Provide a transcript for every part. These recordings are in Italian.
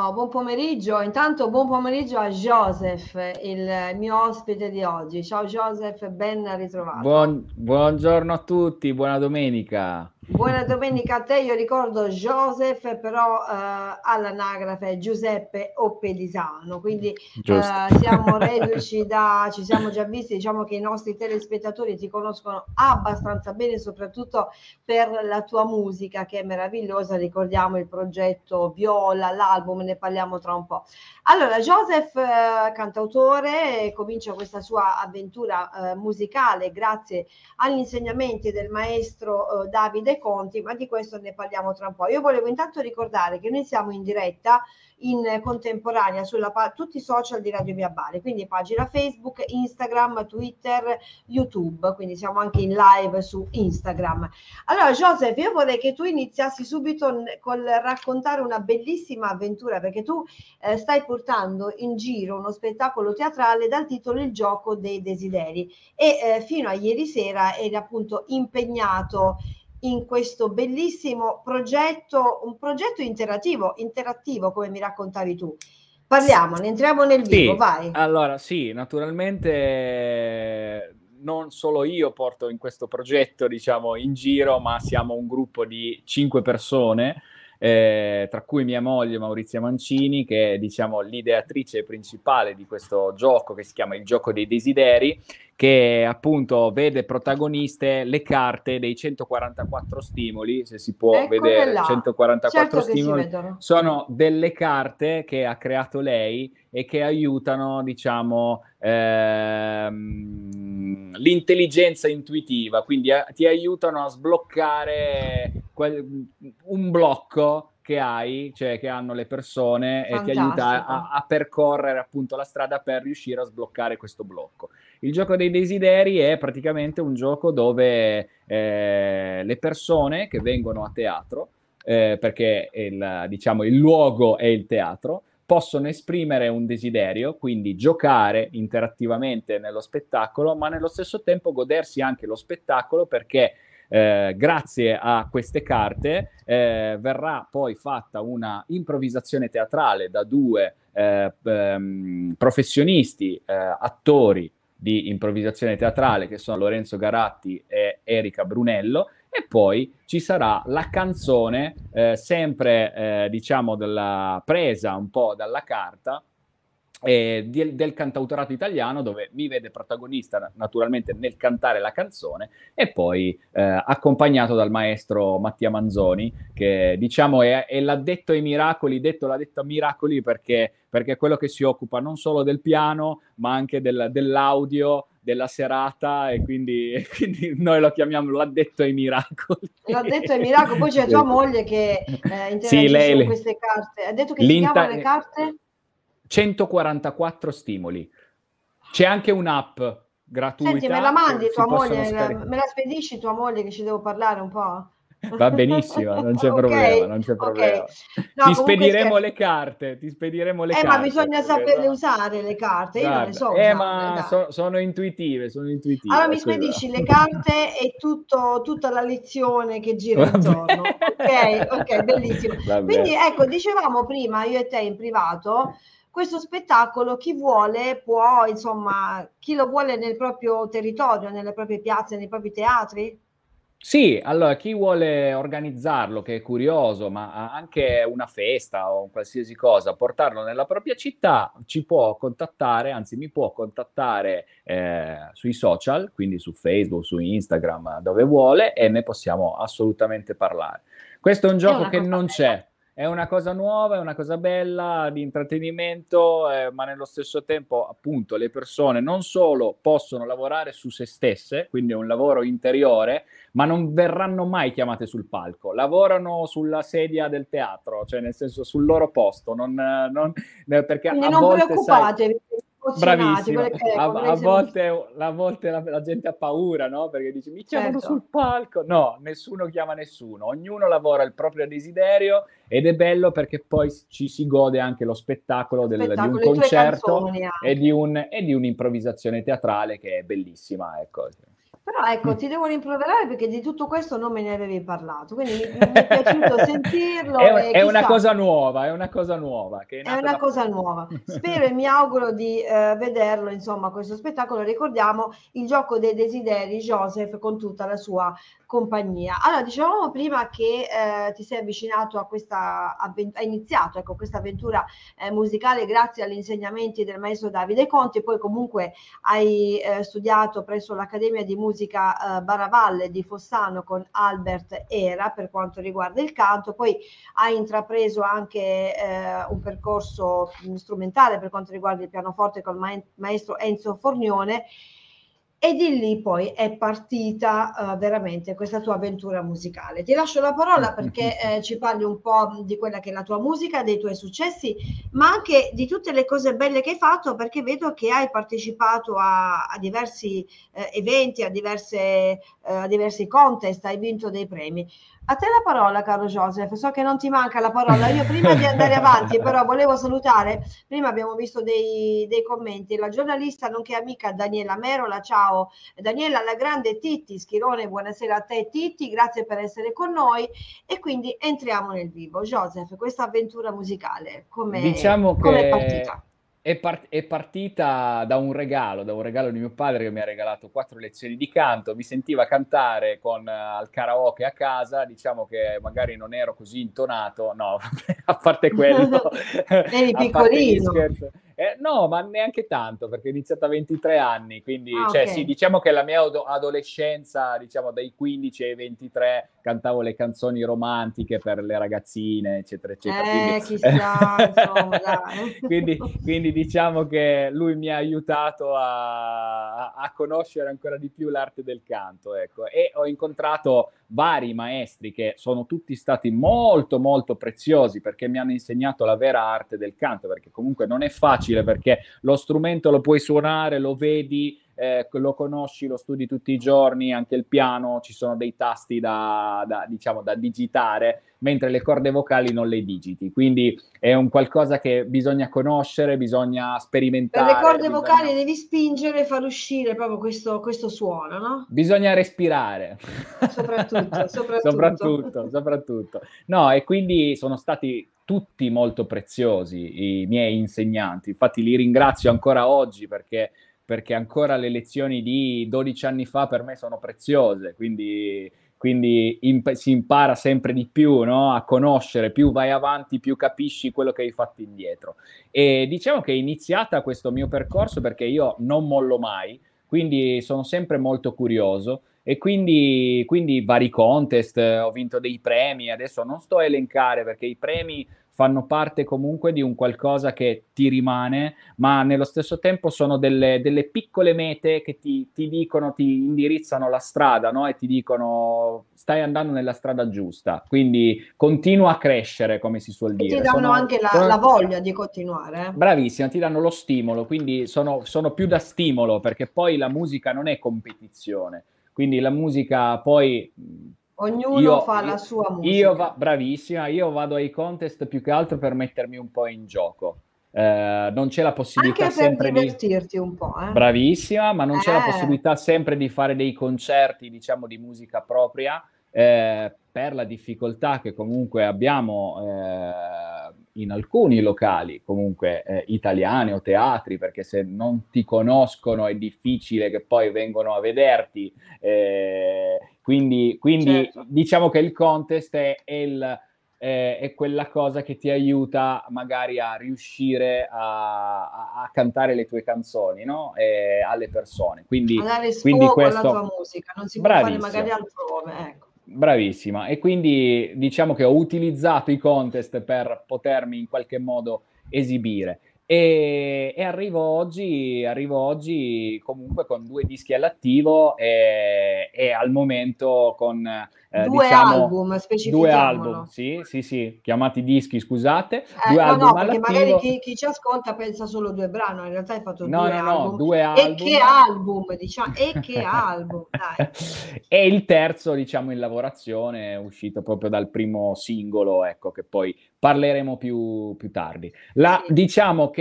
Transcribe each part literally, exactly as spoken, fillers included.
Buongiorno, buon pomeriggio. Intanto buon pomeriggio a Joseph, il mio ospite di oggi. Ciao Joseph, ben ritrovato. Buon- buongiorno a tutti, buona domenica. Buona domenica a te, io ricordo Joseph, però eh, all'anagrafe Giuseppe Oppedisano, quindi Giusto. eh, siamo reduci da, ci siamo già visti, diciamo che i nostri telespettatori ti conoscono abbastanza bene, soprattutto per la tua musica che è meravigliosa, ricordiamo il progetto Viola, l'album, ne parliamo tra un po'. Allora, Joseph, eh, cantautore, comincia questa sua avventura eh, musicale grazie agli insegnamenti del maestro eh, Davide Conti, ma di questo ne parliamo tra un po'. Io volevo intanto ricordare che noi siamo in diretta in contemporanea su tutti i social di Radio Via Bari, quindi pagina Facebook, Instagram, Twitter, YouTube, quindi siamo anche in live su Instagram. Allora Joseph, io vorrei che tu iniziassi subito col raccontare una bellissima avventura, perché tu eh, stai portando in giro uno spettacolo teatrale dal titolo Il gioco dei desideri e eh, fino a ieri sera eri appunto impegnato in questo bellissimo progetto, un progetto interattivo, interattivo come mi raccontavi tu. Parliamone, entriamo nel vivo, Sì, vai. allora sì, naturalmente eh, non solo io porto in questo progetto, diciamo, in giro, ma siamo un gruppo di cinque persone, eh, tra cui mia moglie Maurizia Mancini, che è, diciamo, l'ideatrice principale di questo gioco che si chiama Il gioco dei desideri, che appunto vede protagoniste le carte dei centoquarantaquattro stimoli, se si può Eccole vedere, là, centoquarantaquattro certo che si stimoli, vedono. sono delle carte che ha creato lei e che aiutano, diciamo, ehm, l'intelligenza intuitiva, quindi a, ti aiutano a sbloccare quel, un blocco che hai, cioè che hanno le persone e ti aiuta a, Fantastico. a percorrere appunto la strada per riuscire a sbloccare questo blocco. Il gioco dei desideri è praticamente un gioco dove eh, le persone che vengono a teatro, eh, perché il, diciamo, il luogo è il teatro, possono esprimere un desiderio, quindi giocare interattivamente nello spettacolo, ma nello stesso tempo godersi anche lo spettacolo perché eh, grazie a queste carte eh, verrà poi fatta una improvvisazione teatrale da due eh, ehm, professionisti, eh, attori di improvvisazione teatrale che sono Lorenzo Garatti e Erika Brunello, e poi ci sarà la canzone eh, sempre eh, diciamo della presa un po' dalla carta eh, di, del cantautorato italiano, dove mi vede protagonista naturalmente nel cantare la canzone e poi eh, accompagnato dal maestro Mattia Manzoni, che diciamo è, è l'addetto ai miracoli, detto l'addetto ai miracoli perché, perché è quello che si occupa non solo del piano ma anche del, dell'audio della serata, e quindi, e quindi noi lo chiamiamo l'addetto ai miracoli. L'ha detto Emiraco, poi c'è tua moglie che eh, Sì, interagisce lei, con le, queste carte. Ha detto che si chiamano le l'inta- carte? centoquarantaquattro stimoli. C'è anche un'app Senti, me la gratuita che mandi si tua possono moglie, scaricare. me la spedisci tua moglie che ci devo parlare un po'? Va benissimo, non c'è problema, Ok, non c'è ok. problema. No, Ti comunque spediremo scherzo. le carte, ti spediremo le Eh, ma carte, bisogna perché saperle sono... usare le carte, io non le Guarda, so eh, usare, ma dai. so- sono intuitive, sono Allora intuitive, mi è quello. spedisci le carte e tutto, tutta la lezione che gira Va intorno. Ok, ok, bene, bellissimo. va Quindi bene. ecco, dicevamo prima, io e te in privato, questo spettacolo chi vuole può, insomma, chi lo vuole nel proprio territorio, nelle proprie piazze, nei propri teatri? Sì, allora chi vuole organizzarlo, che è curioso, ma ha anche una festa o qualsiasi cosa, portarlo nella propria città, ci può contattare, anzi mi può contattare eh, sui social, quindi su Facebook, su Instagram, dove vuole, e ne possiamo assolutamente parlare. Questo è un È gioco una che cosa non bella. c'è. È una cosa nuova, è una cosa bella di intrattenimento, eh, ma nello stesso tempo, appunto, le persone non solo possono lavorare su se stesse, quindi è un lavoro interiore, ma non verranno mai chiamate sul palco, lavorano sulla sedia del teatro, cioè nel senso sul loro posto, non, non, perché Quindi a non volte, sai, preoccupatevi, emozionati, bravissima, perché a, con a le emozioni. volte, a volte la, la gente ha paura, no? Perché dice mi chiamano Certo, sul palco. No, nessuno chiama nessuno, ognuno lavora il proprio desiderio ed è bello perché poi ci si gode anche lo spettacolo lo del- di un spettacolo, le tue concerto canzoni e anche. di, un, e di un'improvvisazione teatrale che è bellissima, ecco. Però ecco, ti devo rimproverare perché di tutto questo non me ne avevi parlato, quindi mi, mi è piaciuto È, sentirlo un- e è una chissà. cosa nuova, è una cosa nuova che è È nata una da cosa poco. nuova. Spero e mi auguro di eh, vederlo, insomma, questo spettacolo. Ricordiamo il gioco dei desideri, Joseph, con tutta la sua compagnia. Allora, dicevamo prima che eh, ti sei avvicinato a questa avventura, hai iniziato, ecco, questa avventura eh, musicale grazie agli insegnamenti del maestro Davide Conti, poi comunque hai eh, studiato presso l'Accademia di Musica eh, Baravalle di Fossano con Albert Era per quanto riguarda il canto, poi ha intrapreso anche eh, un percorso strumentale per quanto riguarda il pianoforte col maestro Enzo Fornione e di lì poi è partita uh, veramente questa tua avventura musicale. Ti lascio la parola perché eh, ci parli un po' di quella che è la tua musica, dei tuoi successi, ma anche di tutte le cose belle che hai fatto, perché vedo che hai partecipato a, a diversi eh, eventi, a, diverse, eh, a diversi contest, hai vinto dei premi. A te la parola, caro Joseph, so che non ti manca la parola. Io prima di andare avanti, però volevo salutare, prima abbiamo visto dei, dei commenti, la giornalista nonché amica Daniela Merola, ciao Daniela, la grande Titti Schirone, buonasera a te Titti, grazie per essere con noi e quindi entriamo nel vivo. Joseph, questa avventura musicale, come Diciamo è che partita? è, par- è partita da un regalo, da un regalo di mio padre che mi ha regalato quattro lezioni di canto, mi sentiva cantare con, eh, al karaoke a casa, diciamo che magari non ero così intonato, no, a parte quello, Eri a parte gli piccolino. scherzi, eh, no, ma neanche tanto, perché ho iniziato a ventitré anni, quindi, Ah, cioè ok. sì, diciamo che la mia ado- adolescenza, diciamo dai quindici ai ventitré, cantavo le canzoni romantiche per le ragazzine, eccetera, eccetera, quindi, Eh, chissà, insomma, dai. quindi, quindi diciamo che lui mi ha aiutato a, a conoscere ancora di più l'arte del canto, ecco, e ho incontrato vari maestri che sono tutti stati molto molto preziosi perché mi hanno insegnato la vera arte del canto, perché comunque non è facile, perché lo strumento lo puoi suonare, lo vedi, eh, lo conosci, lo studi tutti i giorni, anche il piano ci sono dei tasti da, da, diciamo, da digitare, mentre le corde vocali non le digiti, quindi è un qualcosa che bisogna conoscere, bisogna Per le sperimentare, corde bisogna, vocali devi spingere e far uscire proprio questo, questo suono, no? bisogna respirare, Soprattutto, soprattutto. soprattutto, soprattutto. No, e quindi sono stati tutti molto preziosi i miei insegnanti, infatti li ringrazio ancora oggi perché, perché ancora le lezioni di dodici anni fa per me sono preziose, quindi, quindi imp- si impara sempre di più, no? A conoscere, più vai avanti, più capisci quello che hai fatto indietro. E diciamo che è iniziata questo mio percorso perché io non mollo mai, quindi sono sempre molto curioso e quindi, quindi vari contest, eh, ho vinto dei premi, adesso non sto a elencare perché i premi fanno parte comunque di un qualcosa che ti rimane, ma nello stesso tempo sono delle, delle piccole mete che ti, ti dicono, ti indirizzano la strada, no? E ti dicono stai andando nella strada giusta, quindi continua a crescere, come si suol E ti dire. danno Sono, anche la, la sono voglia di continuare. Eh. bravissima, ti danno lo stimolo, quindi sono, sono più da stimolo perché poi la musica non è competizione, quindi la musica poi Ognuno io, fa la io, sua io va, musica. bravissima, io vado ai contest più che altro per mettermi un po' in gioco. Eh, non c'è la possibilità Anche per sempre di... divertirti un po', eh. Bravissima, ma non c'è la Eh, possibilità sempre di fare dei concerti, diciamo, di musica propria, eh, per la difficoltà che comunque abbiamo eh, in alcuni locali, comunque eh, italiani o teatri, perché se non ti conoscono è difficile che poi vengano a vederti. Eh, quindi, quindi certo. diciamo che il contest è, è il eh, è quella cosa che ti aiuta magari a riuscire a, a, a cantare le tue canzoni, no? E alle persone. A Quindi, dare quindi sfogo alla tua questo, musica, non si può fare magari bravissimo, altrove, ecco. bravissima. E quindi diciamo che ho utilizzato i contest per potermi in qualche modo esibire. E, e arrivo oggi, arrivo oggi comunque con due dischi all'attivo e, e al momento con eh, Due diciamo album, due album, specifichiamolo. sì, sì, sì, chiamati dischi, scusate, due Eh, no, no, album perché magari all'attivo. chi, chi ci ascolta pensa solo due brani, in realtà hai fatto No, due no, no, album. due E che album. album, diciamo, e che album, dai. E il terzo, diciamo, in lavorazione è uscito proprio dal primo singolo, ecco, che poi parleremo più, più tardi. La, Sì. diciamo che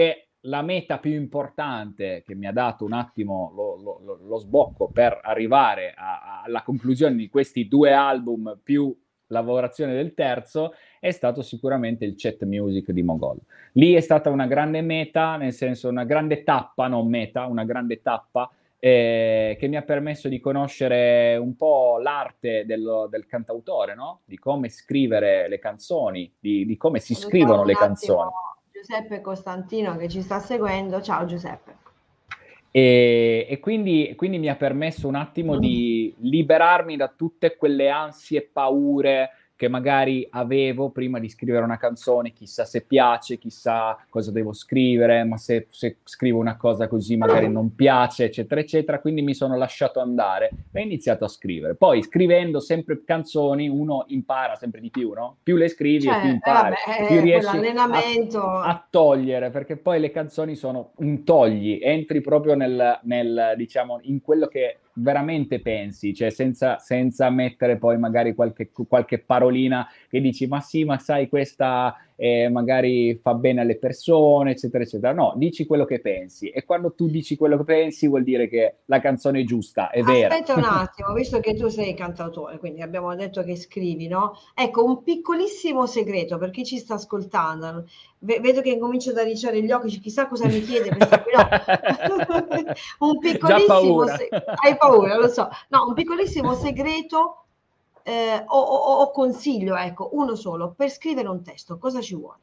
la meta più importante che mi ha dato un attimo lo, lo, lo sbocco per arrivare a, a, alla conclusione di questi due album più lavorazione del terzo è stato sicuramente il Chat Music di Mogol. Lì è stata una grande meta, nel senso una grande tappa, non meta, una grande tappa eh, che mi ha permesso di conoscere un po' l'arte dello, del cantautore, no? Di come scrivere le canzoni, di, di come si Salutiamo scrivono un le attimo canzoni. Giuseppe Costantino che ci sta seguendo. Ciao Giuseppe. E, e quindi, quindi mi ha permesso un attimo di liberarmi da tutte quelle ansie e paure che magari avevo prima di scrivere una canzone, chissà se piace, chissà cosa devo scrivere, ma se, se scrivo una cosa così magari non piace, eccetera, eccetera. Quindi mi sono lasciato andare e ho iniziato a scrivere. Poi scrivendo sempre canzoni uno impara sempre di più, no? Più le scrivi e più Cioè, eh impari, più vabbè, eh, riesci a quell'allenamento. a togliere, perché poi le canzoni sono un togli, entri proprio nel, nel diciamo, in quello che veramente pensi, cioè senza, senza mettere poi magari qualche, qualche parolina che dici, ma sì, ma sai, questa eh, magari fa bene alle persone, eccetera, eccetera. No, dici quello che pensi, e quando tu dici quello che pensi vuol dire che la canzone è giusta, è vera. Aspetta un attimo, visto che tu sei cantautore, quindi abbiamo detto che scrivi, no? Ecco, un piccolissimo segreto per chi ci sta ascoltando. V- vedo che incomincio ad arricciare gli occhi, chissà cosa mi chiede questa qui. No. Un Già piccolissimo paura. se- hai paura, lo so. No, un piccolissimo segreto eh, o, o- o consiglio, ecco, uno solo, per scrivere un testo, cosa ci vuole?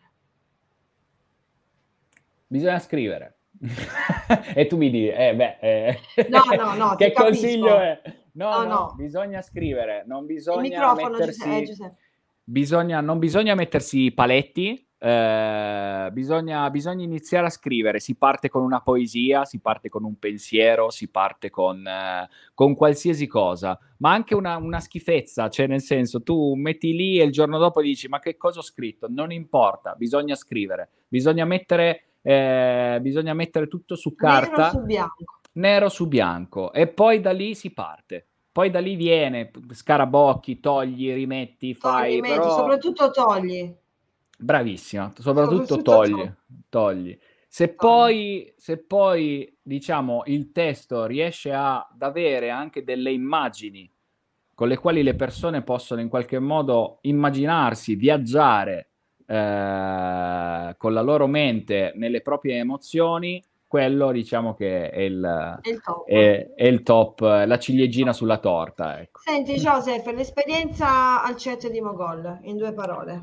Bisogna scrivere. E tu mi dici, eh beh, eh, No, no, no, ti che consiglio capisco. è? No, No, no, no, bisogna scrivere, non il bisogna microfono, Giuseppe. Eh, mettersi, Giuseppe. bisogna, non bisogna mettersi paletti, eh, bisogna, bisogna iniziare a scrivere. Si parte con una poesia, si parte con un pensiero, si parte con, eh, con qualsiasi cosa, ma anche una, una schifezza, cioè nel senso, tu metti lì e il giorno dopo dici, ma che cosa ho scritto? Non importa, bisogna scrivere, bisogna mettere eh, bisogna mettere tutto su Nero carta, su bianco. nero su bianco, e poi da lì si parte. Poi da lì viene scarabocchi, togli, rimetti, Togli, fai, metti, però soprattutto togli. bravissima, soprattutto Soprattutto togli, to- togli. Se togli. poi, se poi, diciamo, il testo riesce a- ad avere anche delle immagini con le quali le persone possono in qualche modo immaginarsi, viaggiare eh, con la loro mente nelle proprie emozioni, quello diciamo che è il, È il top. è, è il top, la Il ciliegina top. sulla torta, ecco. Senti, Joseph, l'esperienza al C E T di Mogol, in due parole.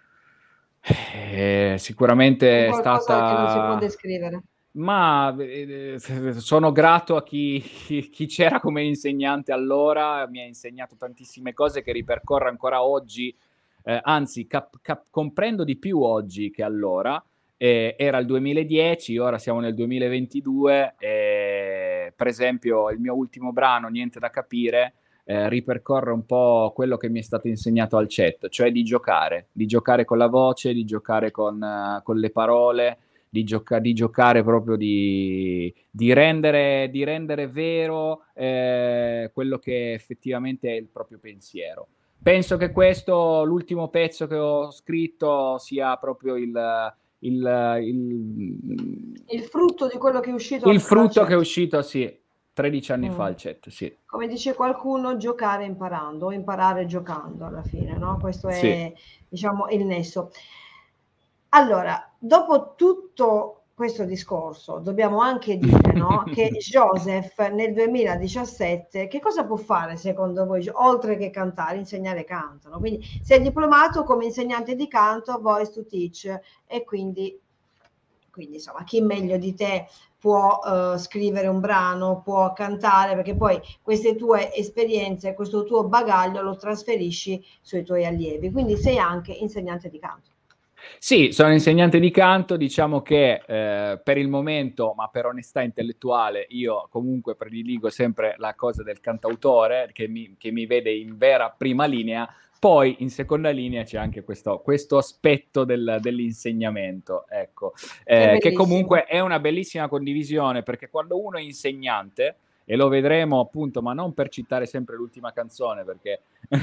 Eh, Un sicuramente è qualcosa che non si può stata, descrivere. ma eh, sono grato a chi, chi- chi c'era come insegnante allora, mi ha insegnato tantissime cose che ripercorro ancora oggi, eh, anzi cap- cap- comprendo di più oggi che allora. Eh, era il duemiladieci, ora siamo nel duemilaventidue, e, per esempio il mio ultimo brano, Niente da capire, eh, ripercorre un po' quello che mi è stato insegnato al chat, cioè di giocare, di giocare con la voce, di giocare con, eh, con le parole, di, gioca- di giocare proprio di, di rendere, di rendere vero eh, quello che effettivamente è il proprio pensiero. Penso che questo, l'ultimo pezzo che ho scritto, sia proprio il, il, il, Il frutto di quello che è uscito il al- dal frutto che è C E T. uscito, sì, tredici anni fa Mm. al chat, sì. Come dice qualcuno, giocare imparando o imparare giocando alla fine, no? Questo Sì. è, diciamo, il nesso. Allora, dopo tutto questo discorso, dobbiamo anche dire, no, che Joseph nel duemiladiciassette che cosa può fare secondo voi, oltre che cantare, insegnare canto, no? Quindi sei diplomato come insegnante di canto, Voice to Teach, e quindi, quindi insomma, chi meglio di te può uh, scrivere un brano, può cantare, perché poi queste tue esperienze, questo tuo bagaglio lo trasferisci sui tuoi allievi, quindi sei anche insegnante di canto. Sì, sono insegnante di canto, diciamo che eh, per il momento, ma per onestà intellettuale, io comunque prediligo sempre la cosa del cantautore, che mi, che mi vede in vera prima linea. Poi in seconda linea c'è anche questo, questo aspetto del, dell'insegnamento, ecco, Che eh, che bellissimo. comunque è una bellissima condivisione, perché quando uno è insegnante e lo vedremo appunto, ma non per citare sempre l'ultima canzone, perché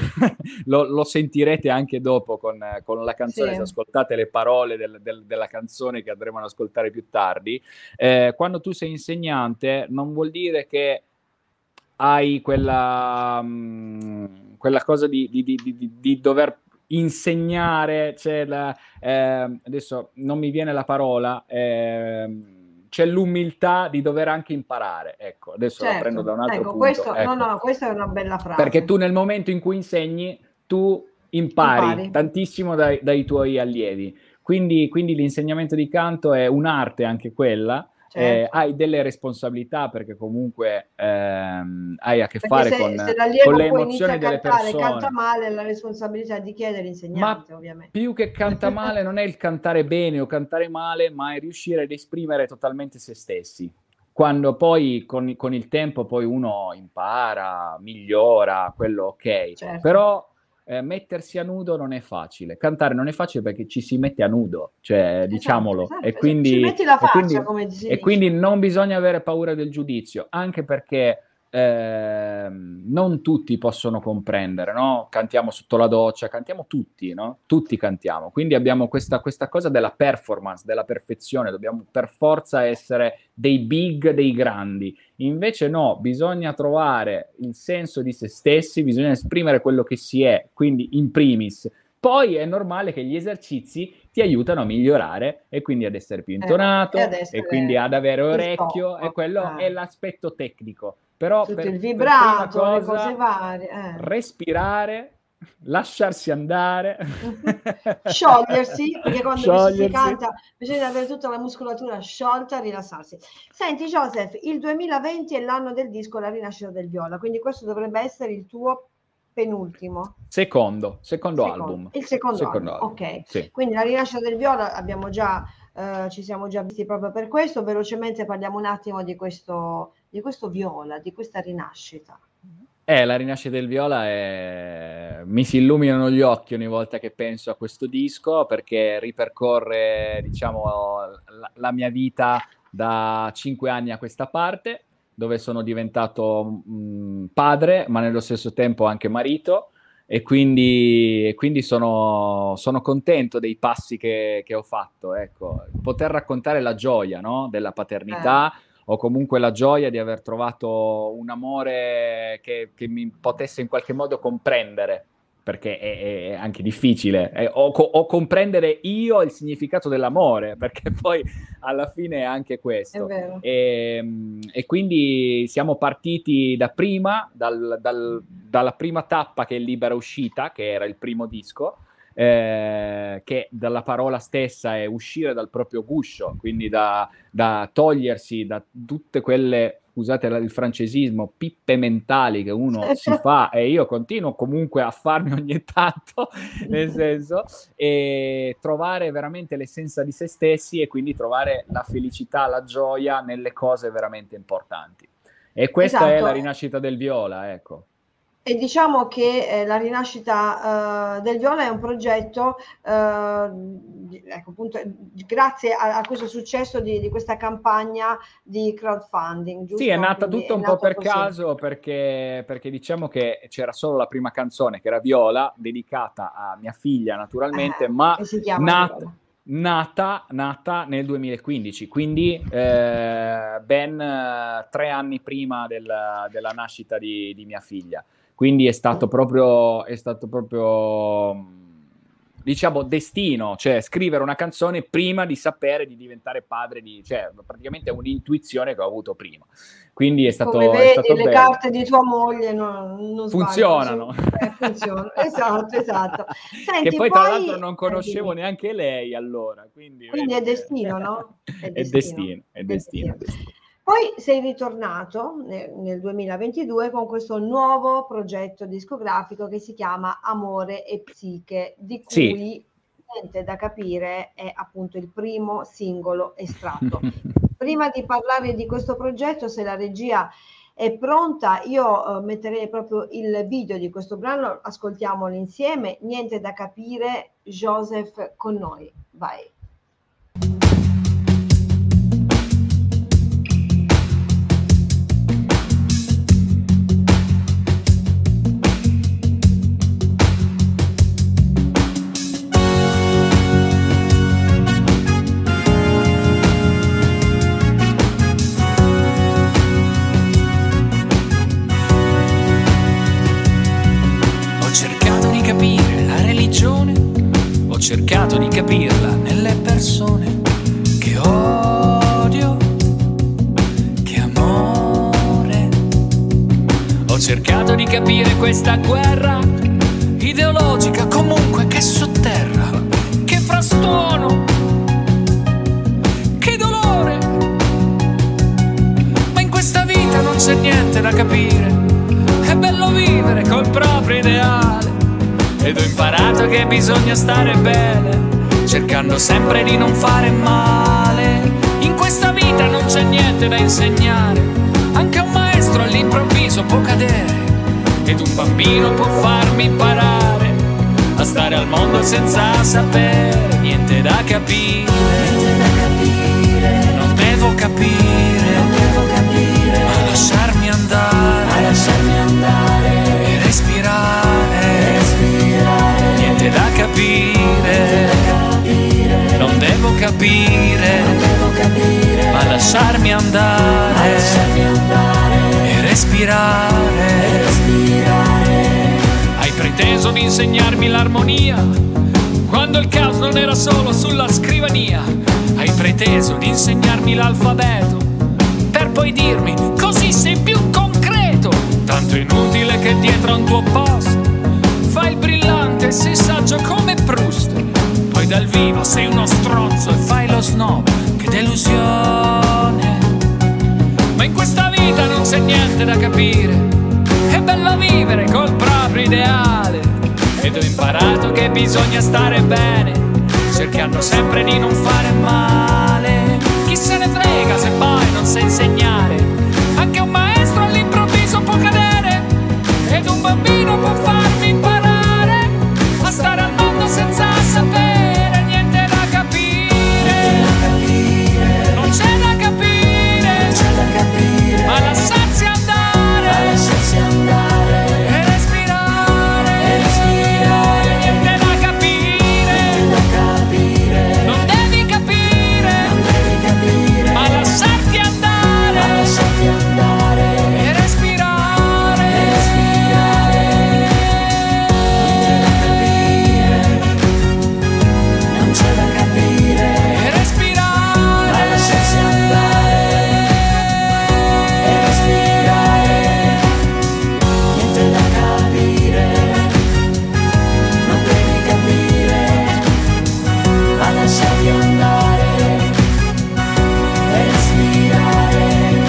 lo, lo sentirete anche dopo con, con la canzone, Sì. se ascoltate le parole del, del, della canzone che andremo ad ascoltare più tardi. Eh, quando tu sei insegnante non vuol dire che hai quella, mh, quella cosa di, di, di, di, di dover insegnare, c'è la, eh, adesso non mi viene la parola, eh, c'è l'umiltà di dover anche imparare, ecco, adesso certo. la prendo da un altro ecco, punto. Questo, ecco. No, no, questa è una bella frase. Perché tu nel momento in cui insegni, tu impari, Impari. tantissimo dai, dai tuoi allievi, quindi, quindi l'insegnamento di canto è un'arte anche quella. Certo. Eh, hai delle responsabilità perché comunque ehm, hai a che Perché fare se, con, se con le poi inizia emozioni a delle cantare, persone. canta male, la responsabilità di chi è dell'insegnante, Ma ovviamente. più che canta male non è il cantare bene o cantare male, ma è riuscire ad esprimere totalmente se stessi. Quando poi con, con il tempo poi uno impara, migliora, quello ok. Certo. Però eh, mettersi a nudo non è facile. Cantare non è facile perché ci si mette a nudo, cioè Esatto, diciamolo. esatto. E quindi, Ci metti la e faccia, quindi, come si e dice. quindi non bisogna avere paura del giudizio, anche perché eh, non tutti possono comprendere, no? Cantiamo sotto la doccia, cantiamo tutti, no? Tutti cantiamo, quindi abbiamo questa, questa cosa della performance, della perfezione, dobbiamo per forza essere dei big, dei grandi. Invece no, bisogna trovare il senso di se stessi, bisogna esprimere quello che si è, quindi in primis. Poi è normale che gli esercizi ti aiutano a migliorare e quindi ad essere più intonato eh, e, e quindi ad avere orecchio, stop, e quello eh. è l'aspetto tecnico. Però tutto per, il per prima vibrato, cosa, le cose varie. Eh. respirare, lasciarsi andare, sciogliersi, perché quando sciogliersi. si canta bisogna avere tutta la muscolatura sciolta, rilassarsi. Senti Joseph, il duemilaventi è l'anno del disco La rinascita del viola, quindi questo dovrebbe essere il tuo penultimo. Secondo, secondo, secondo album. Il secondo, secondo album, album. Ok. Sì. Quindi La rinascita del viola abbiamo già, eh, ci siamo già visti proprio per questo. Velocemente parliamo un attimo di questo, di questo viola, di questa rinascita. Eh, La rinascita del viola è... mi si illuminano gli occhi ogni volta che penso a questo disco, perché ripercorre, diciamo, la, la mia vita da cinque anni a questa parte, dove sono diventato mh, padre, ma nello stesso tempo anche marito, e quindi, e quindi sono, sono contento dei passi che, che ho fatto. Ecco, poter raccontare la gioia, no? Della paternità, eh. o comunque la gioia di aver trovato un amore che, che mi potesse in qualche modo comprendere, perché è, è anche difficile, è, o, o comprendere io il significato dell'amore, perché poi alla fine è anche questo. È vero. E, e quindi siamo partiti da prima, dal, dal, dalla prima tappa che è Libera Uscita, che era il primo disco, Eh, che dalla parola stessa è uscire dal proprio guscio, quindi da, da togliersi da tutte quelle, scusate il francesismo, pippe mentali che uno si fa, e io continuo comunque a farmi ogni tanto, nel senso, e trovare veramente l'essenza di se stessi e quindi trovare la felicità, la gioia nelle cose veramente importanti. E questa esatto. è la rinascita del viola, ecco. E diciamo che eh, la rinascita uh, del viola è un progetto, uh, ecco, appunto, grazie a, a questo successo di, di questa campagna di crowdfunding, giusto? Sì, è nata Quindi tutto è un po' per così. caso, perché, perché diciamo che c'era solo la prima canzone, che era Viola, dedicata a mia figlia naturalmente, eh, ma e si chiama nat- Viola. Nata, nata nel duemilaquindici, quindi eh, ben eh, tre anni prima della, della nascita di, di mia figlia. Quindi è stato proprio, è stato proprio, diciamo, destino, cioè scrivere una canzone prima di sapere di diventare padre, di, cioè praticamente è un'intuizione che ho avuto prima. Quindi è stato, come vedi, è stato le bello. carte di tua moglie non, non funzionano. Sbagliano, eh, funzionano. Esatto, esatto. Senti, che poi, poi tra l'altro non conoscevo eh, neanche lei allora. Quindi, quindi è destino, no? È destino, è destino. È destino. Poi sei ritornato nel, nel duemilaventidue con questo nuovo progetto discografico che si chiama Amore e Psiche, di cui sì. niente da capire è appunto il primo singolo estratto. Prima di parlare di questo progetto, se la regia è pronta, io uh, metterei proprio il video di questo brano, ascoltiamolo insieme. Niente da capire, Joseph con noi. Vai. cercato di capirla nelle persone che odio, che amore. Ho cercato di capire questa guerra ideologica comunque che sotterra, che frastuono, che dolore. Ma in questa vita non c'è niente da capire, è bello vivere col proprio ideale. Ed ho imparato che bisogna stare bene, cercando sempre di non fare male. In questa vita non c'è niente da insegnare, anche un maestro all'improvviso può cadere, ed un bambino può farmi imparare a stare al mondo senza sapere niente da capire. Niente da capire. Non devo capire, non devo capire, ma lasciarmi andare, a lasciarmi andare e respirare, e respirare. Niente da capire, niente da capire. Non devo capire, non devo capire, ma lasciarmi andare, a lasciarmi andare e respirare, e respirare. Hai preteso di insegnarmi l'armonia quando il caos non era solo sulla scrivania. Hai preteso di insegnarmi l'alfabeto per poi dirmi così sei più concreto. Tanto inutile che dietro a un tuo post fai il brillante e sei saggio come Proust, poi dal vivo sei uno stronzo e fai lo snob. Che delusione. Ma in questa vita non c'è niente da capire, è bello vivere col proprio ideale. Ed ho imparato che bisogna stare bene, cercando sempre di non fare male. Chi se ne frega se poi non sa insegnare, anche un maestro all'improvviso può cadere, ed un bambino può farmi imparare a stare al mondo senza sapere niente da capire. Non c'è da capire, non c'è da capire, ma lasciarsi andare, ma lasciarsi andare e respirare, e respirare. Niente da capire, niente da capire. Non devi capire, non devi capire, ma lasciarti andare, ma lasciarti andare e respirare, e respirare. Non c'è da capire, e respirare, ma lasciarsi andare e respirare. Niente da capire, non devi capire, ma lasciarti andare e respirare.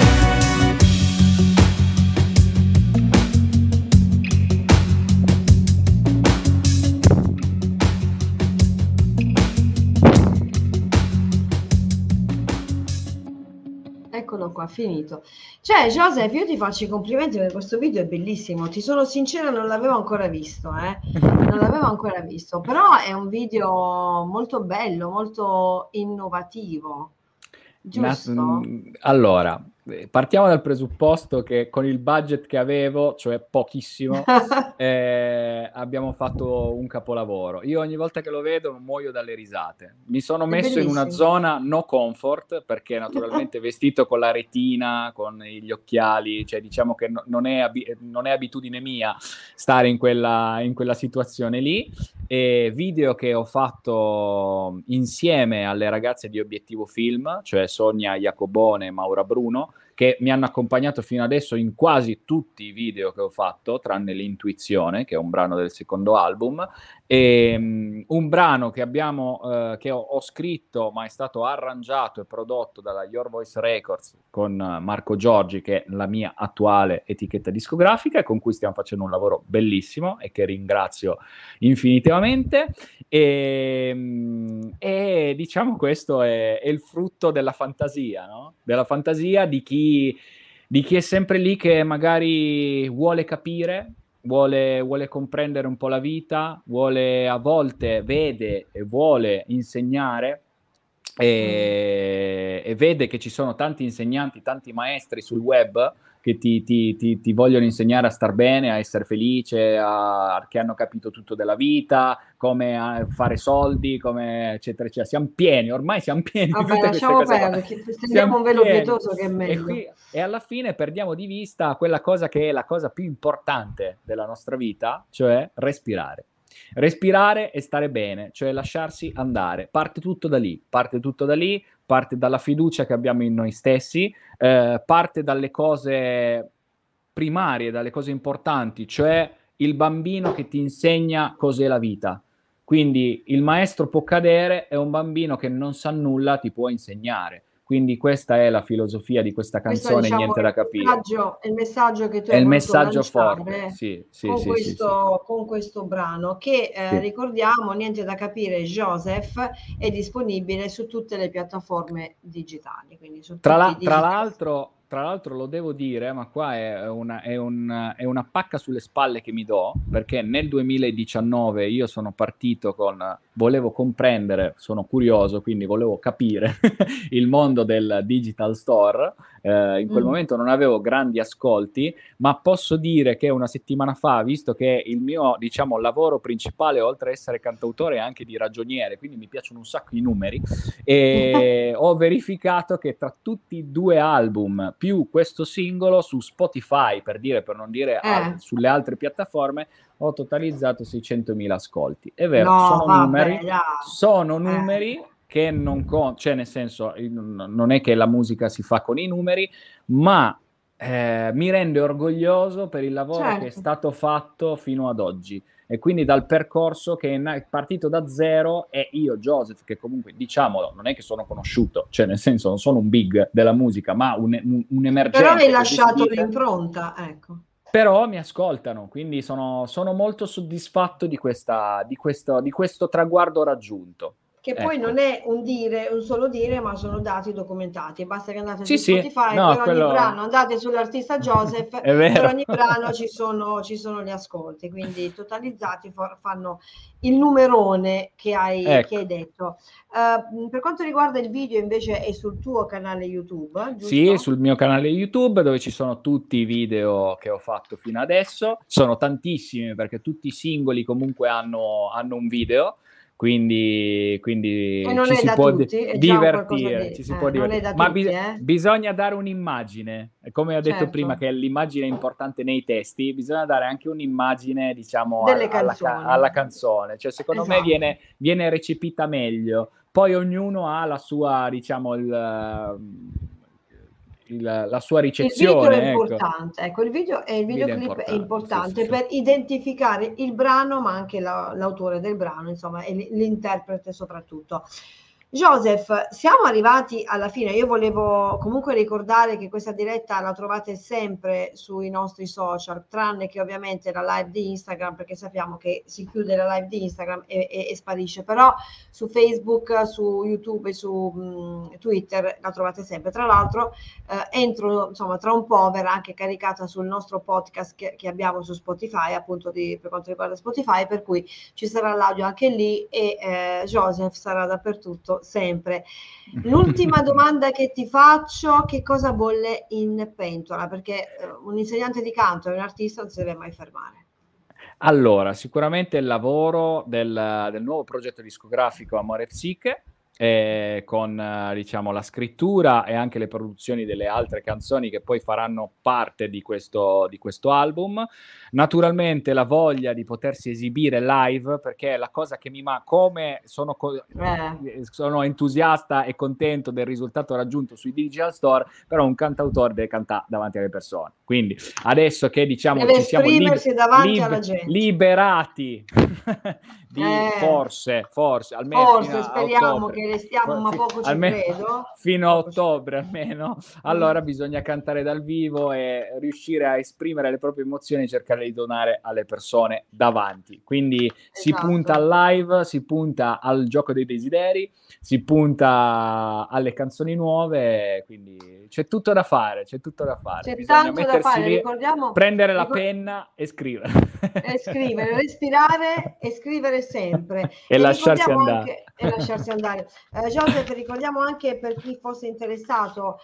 Eccolo qua, finito. Cioè, Joseph, io ti faccio i complimenti perché questo video è bellissimo. Ti sono sincera, non l'avevo ancora visto, eh. Non l'avevo ancora visto, però è un video molto bello, molto innovativo, giusto? Na- allora, eh, partiamo dal presupposto che con il budget che avevo, cioè pochissimo, eh, abbiamo fatto un capolavoro. Io ogni volta che lo vedo muoio dalle risate. Mi sono È messo in una bellissimo. zona no comfort, perché naturalmente vestito con la retina, con gli occhiali, cioè diciamo che no- non è, abi- non è abitudine mia stare in quella, in quella situazione lì. E video che ho fatto insieme alle ragazze di Obiettivo Film, cioè Sonia Iacobone e Maura Bruno, che mi hanno accompagnato fino adesso in quasi tutti i video che ho fatto, tranne l'Intuizione, che è un brano del secondo album, e um, un brano che abbiamo uh, che ho, ho scritto, ma è stato arrangiato e prodotto dalla Your Voice Records con uh, Marco Giorgi, che è la mia attuale etichetta discografica, e con cui stiamo facendo un lavoro bellissimo e che ringrazio infinitivamente. E, um, e diciamo questo è, è il frutto della fantasia, no? Della fantasia di chi, di chi è sempre lì che magari vuole capire, vuole, vuole comprendere un po' la vita, vuole, a volte vede e vuole insegnare, e, e vede che ci sono tanti insegnanti, tanti maestri sul web che ti, ti, ti, ti vogliono insegnare a star bene, a essere felice, a, che hanno capito tutto della vita, come a fare soldi, come eccetera eccetera. Siamo pieni, ormai siamo pieni. Vabbè, di tutte queste lasciamo cose qua. perdere, che stendiamo un velo pieni. pietoso che è E, meglio. qui, e alla fine perdiamo di vista quella cosa che è la cosa più importante della nostra vita, cioè respirare. Respirare e stare bene, cioè lasciarsi andare. Parte tutto da lì, parte tutto da lì, parte dalla fiducia che abbiamo in noi stessi, eh, parte dalle cose primarie, dalle cose importanti, cioè il bambino che ti insegna cos'è la vita. Quindi il maestro può cadere e un bambino che non sa nulla ti può insegnare. Quindi questa è la filosofia di questa canzone, questo, diciamo, niente da capire. Messaggio, è il messaggio che tu è hai il voluto messaggio lanciare forte, sì, sì, con, sì, questo, sì, con questo brano che eh, sì. ricordiamo, niente da capire, Joseph è disponibile su tutte le piattaforme digitali. Quindi su Tra, tutti la, i tra, digital... l'altro, tra l'altro lo devo dire, ma qua è una, è, un, è una pacca sulle spalle che mi do, perché nel duemiladiciannove io sono partito con, volevo comprendere, sono curioso, quindi volevo capire il mondo del digital store. Eh, in quel mm. momento non avevo grandi ascolti, ma posso dire che una settimana fa, visto che il mio, diciamo, lavoro principale, oltre a essere cantautore, è anche di ragioniere, quindi mi piacciono un sacco i numeri, e ho verificato che tra tutti i due album più questo singolo su Spotify, per dire, per non dire eh. al- sulle altre piattaforme, ho totalizzato seicentomila ascolti. È vero, no, sono vabbè, numeri, no. sono numeri eh. che non con- cioè nel senso, non è che la musica si fa con i numeri, ma eh, mi rende orgoglioso per il lavoro certo. che è stato fatto fino ad oggi. E quindi dal percorso che è partito da zero, e io, Joseph, che comunque, diciamolo, non è che sono conosciuto, cioè nel senso non sono un big della musica, ma un, un, un emergente. Però hai lasciato l'impronta, ecco. Però mi ascoltano, quindi sono, sono molto soddisfatto di, questa, di, questo, di questo traguardo raggiunto. Che poi ecco. non è un dire, un solo dire, ma sono dati documentati. Basta che andate sì, su Spotify, sì. No, per ogni quello... brano andate sull'artista Joseph, per ogni brano ci sono, ci sono gli ascolti, quindi totalizzati for, fanno il numerone che hai, ecco. che hai detto. Uh, per quanto riguarda il video invece è sul tuo canale YouTube, giusto? Sì, sul mio canale YouTube, dove ci sono tutti i video che ho fatto fino adesso. Sono tantissimi perché tutti i singoli comunque hanno, hanno un video. Quindi, quindi ci si può tutti, divertire, di, ci si eh, può divertire. Ma tutti, bi- eh? bisogna dare un'immagine, come ho detto certo. prima che l'immagine è importante nei testi, bisogna dare anche un'immagine, diciamo, alla, alla, alla canzone, cioè secondo esatto. me viene, viene recepita meglio. Poi ognuno ha la sua, diciamo, il, il, la sua ricezione. Il video è importante, ecco, ecco il video e il videoclip video è importante, è importante sì, sì, per sì. identificare il brano, ma anche la, l'autore del brano, insomma, e l'interprete soprattutto. Joseph, siamo arrivati alla fine. Io volevo comunque ricordare che questa diretta la trovate sempre sui nostri social, tranne che ovviamente la live di Instagram, perché sappiamo che si chiude la live di Instagram e, e, e sparisce, però su Facebook, su YouTube e su mh, Twitter la trovate sempre. Tra l'altro eh, entro, insomma, tra un po' verrà anche caricata sul nostro podcast che, che abbiamo su Spotify, appunto di, per quanto riguarda Spotify, per cui ci sarà l'audio anche lì e eh, Joseph sarà dappertutto sempre. L'ultima domanda che ti faccio: che cosa bolle in pentola? Perché un insegnante di canto e un artista non si deve mai fermare. Allora, sicuramente il lavoro del, del nuovo progetto discografico Amore Psiche, eh, con eh, diciamo la scrittura e anche le produzioni delle altre canzoni che poi faranno parte di questo, di questo album. Naturalmente la voglia di potersi esibire live, perché la cosa che mi ma come sono, co- eh. sono entusiasta e contento del risultato raggiunto sui digital store, però un cantautore deve cantare davanti alle persone, quindi adesso che diciamo deve ci siamo lib- davanti lib- alla gente. liberati di eh. forse forse almeno forse speriamo che restiamo, ma poco ci almeno, credo fino a ottobre almeno, allora mm. bisogna cantare dal vivo e riuscire a esprimere le proprie emozioni e cercare di donare alle persone davanti, quindi esatto. si punta al live, si punta al gioco dei desideri, si punta alle canzoni nuove, quindi c'è tutto da fare, c'è tutto da fare, c'è bisogna tanto da fare, lì, ricordiamo prendere la ricor- penna e scrivere e scrivere, respirare e scrivere sempre e, e lasciarsi andare anche, e lasciarsi andare. Eh, Joseph, ricordiamo anche per chi fosse interessato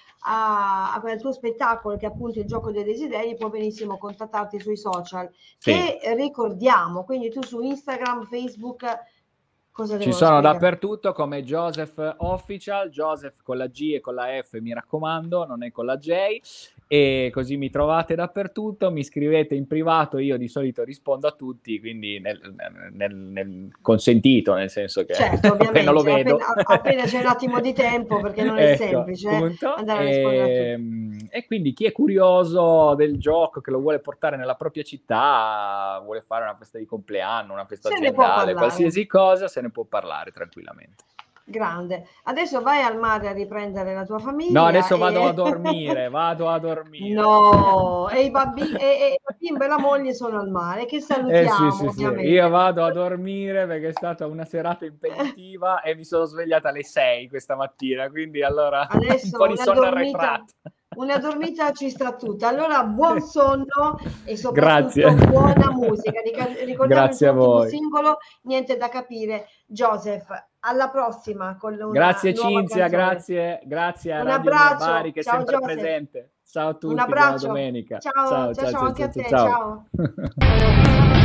a, a quel tuo spettacolo, che è appunto il gioco dei desideri, può benissimo contattarti sui social, sì. che ricordiamo, quindi tu su Instagram, Facebook, cosa devo ci sono spiegare? dappertutto come Joseph Official, Joseph con la G e con la F, mi raccomando, non è con la J. e così mi trovate dappertutto, mi scrivete in privato, io di solito rispondo a tutti, quindi nel, nel, nel consentito, nel senso che certo, appena lo vedo. Appena, appena c'è un attimo di tempo, perché non è ecco, semplice appunto, andare a rispondere a tutti. E, e quindi chi è curioso del gioco, che lo vuole portare nella propria città, vuole fare una festa di compleanno, una festa Se ne può aziendale, parlare. qualsiasi cosa, se ne può parlare tranquillamente. Grande. Adesso vai al mare a riprendere la tua famiglia. No, adesso e... vado a dormire, vado a dormire. No, e i bambini e, e la bimba e la moglie sono al mare, che salutiamo, eh sì, sì, ovviamente. Sì. Io vado a dormire perché è stata una serata impegnativa e mi sono svegliata alle sei questa mattina, quindi allora adesso un po' di sonno dormita... arretrato. Una dormita ci sta tutta. Allora, buon sonno e soprattutto Grazie. buona musica. Ricordiamo Grazie il tuo ultimo voi. singolo, Niente da capire. Joseph, alla prossima con una Grazie nuova Cinzia, canzone. grazie, grazie a Un Radio abbraccio. Bari che è Ciao, sempre Joseph. presente. Ciao a tutti, Un abbraccio. buona domenica. Ciao, ciao, ciao, ciao, anche ciao, a te. ciao. Ciao.